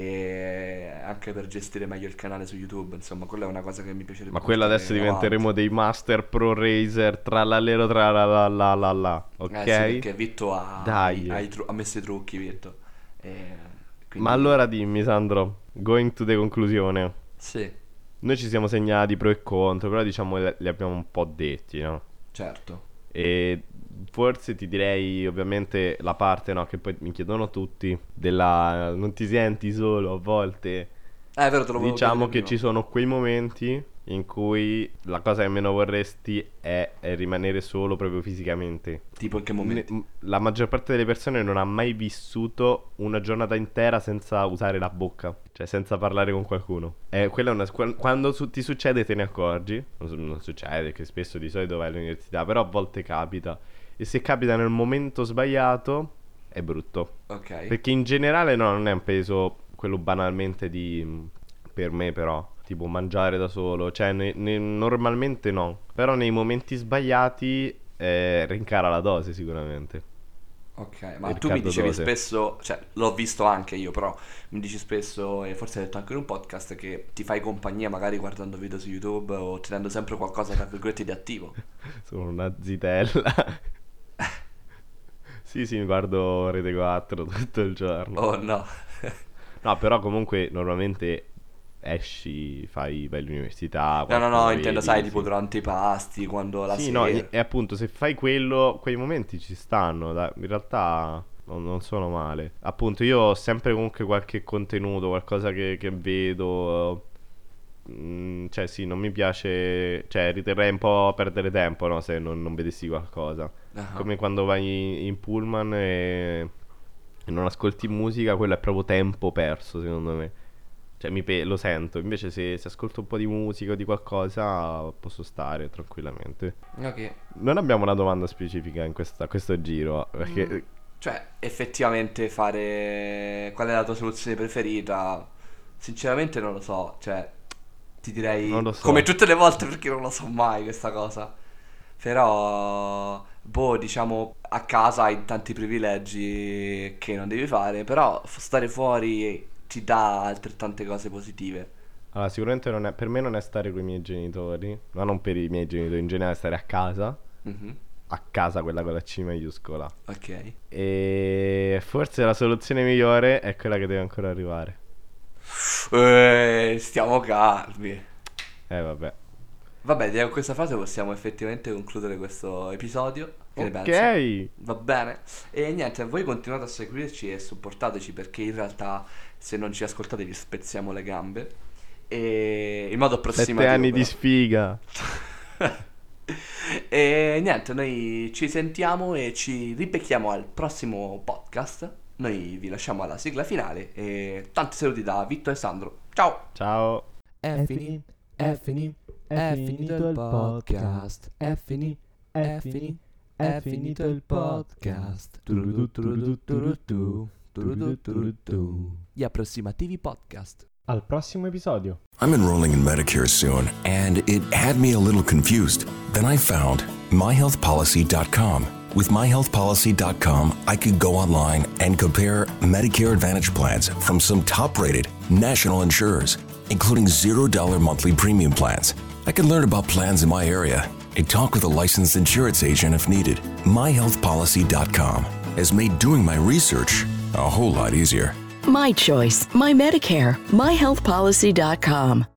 [SPEAKER 5] e anche per gestire meglio il canale su YouTube, insomma, quella è una cosa che mi piacerebbe
[SPEAKER 4] Ma quello
[SPEAKER 5] portare
[SPEAKER 4] adesso diventeremo
[SPEAKER 5] avanti.
[SPEAKER 4] dei master pro racer tralalero tralalala, ok?
[SPEAKER 5] Sì, perché Vitto
[SPEAKER 4] Dai.
[SPEAKER 5] ha messo i trucchi, Vitto. E
[SPEAKER 4] Ma
[SPEAKER 5] quindi
[SPEAKER 4] allora dimmi, Sandro, going to the conclusione.
[SPEAKER 5] sì,
[SPEAKER 4] Noi ci siamo segnati pro e contro, però diciamo li abbiamo un po' detti, no?
[SPEAKER 5] certo.
[SPEAKER 4] E forse ti direi ovviamente la parte, no, che poi mi chiedono tutti, della non ti senti solo a volte.
[SPEAKER 5] È vero, te lo volevo
[SPEAKER 4] Diciamo
[SPEAKER 5] chiedere
[SPEAKER 4] che
[SPEAKER 5] prima.
[SPEAKER 4] ci sono quei momenti in cui la cosa che meno vorresti è rimanere solo proprio fisicamente.
[SPEAKER 5] Tipo in che momenti?
[SPEAKER 4] La maggior parte delle persone non ha mai vissuto una giornata intera senza usare la bocca, cioè senza parlare con qualcuno. Quella è quando ti succede te ne accorgi. Non succede, che spesso di solito vai all'università, però a volte capita. E se capita nel momento sbagliato è brutto.
[SPEAKER 5] Ok.
[SPEAKER 4] Perché in generale no, non è un peso quello banalmente per me però, tipo mangiare da solo, cioè normalmente no, però nei momenti sbagliati rincara la dose sicuramente.
[SPEAKER 5] Ok, ma tu
[SPEAKER 4] Riccardo
[SPEAKER 5] mi dicevi
[SPEAKER 4] Dose.
[SPEAKER 5] spesso, cioè l'ho visto anche io, però mi dici spesso, e forse hai detto anche in un podcast, che ti fai compagnia magari guardando video su YouTube o tenendo sempre qualcosa, tra virgolette, di attivo.
[SPEAKER 4] Sono una zitella. Sì, mi guardo Rete 4 tutto il giorno.
[SPEAKER 5] Oh no.
[SPEAKER 4] No, però comunque normalmente esci, vai all'università,
[SPEAKER 5] No,
[SPEAKER 4] qualcuno
[SPEAKER 5] intendo,
[SPEAKER 4] vedi,
[SPEAKER 5] sai,
[SPEAKER 4] sì.
[SPEAKER 5] tipo durante i pasti, quando la
[SPEAKER 4] Sì, no,
[SPEAKER 5] sera.
[SPEAKER 4] e appunto se fai quello, quei momenti ci stanno, in realtà non sono male. Appunto io ho sempre comunque qualche contenuto, qualcosa che vedo, cioè sì, non mi piace, cioè riterrei un po' perdere tempo, no, se non vedessi qualcosa.
[SPEAKER 5] Ah.
[SPEAKER 4] Come quando vai in pullman e non ascolti musica, quello è proprio tempo perso secondo me. Cioè lo sento, invece se ascolto un po' di musica o di qualcosa posso stare tranquillamente.
[SPEAKER 5] Ok.
[SPEAKER 4] Non abbiamo una domanda specifica a questo giro, perché
[SPEAKER 5] Cioè, effettivamente fare... Qual è la tua soluzione preferita? Sinceramente non lo so, cioè, ti direi...
[SPEAKER 4] non lo so.
[SPEAKER 5] Come tutte le volte, perché non lo so mai questa cosa. Però, boh, diciamo, a casa hai tanti privilegi che non devi fare, però stare fuori ti dà altrettante cose positive.
[SPEAKER 4] Allora, sicuramente per me non è stare con i miei genitori, ma non per i miei genitori, in generale stare a casa.
[SPEAKER 5] Mhm.
[SPEAKER 4] A casa, quella con la C maiuscola.
[SPEAKER 5] Ok.
[SPEAKER 4] E forse la soluzione migliore è quella che deve ancora arrivare.
[SPEAKER 5] Stiamo calmi.
[SPEAKER 4] Vabbè.
[SPEAKER 5] Vabbè, direi che con questa frase possiamo effettivamente concludere questo episodio. Che ne pensi?
[SPEAKER 4] Ok.
[SPEAKER 5] Va bene. E niente, voi continuate a seguirci e supportateci, perché in realtà se non ci ascoltate vi spezziamo le gambe. E in modo
[SPEAKER 4] 7
[SPEAKER 5] approssimativo.
[SPEAKER 4] anni di
[SPEAKER 5] però.
[SPEAKER 4] sfiga.
[SPEAKER 5] E niente, noi ci sentiamo e ci ribecchiamo al prossimo podcast. Noi vi lasciamo alla sigla finale e tanti saluti da Vitto e Sandro. Ciao!
[SPEAKER 4] Ciao.
[SPEAKER 2] È finito il podcast. È finito il podcast. Gli approssimativi podcast.
[SPEAKER 3] Al prossimo episodio.
[SPEAKER 1] I'm enrolling in Medicare soon, and it had me a little confused. Then I found myhealthpolicy.com. With myhealthpolicy.com, I could go online and compare Medicare Advantage plans from some top-rated national insurers, including $0 monthly premium plans. I could learn about plans in my area and talk with a licensed insurance agent if needed. myhealthpolicy.com has made doing my research a whole lot easier.
[SPEAKER 6] My choice, my Medicare, myhealthpolicy.com.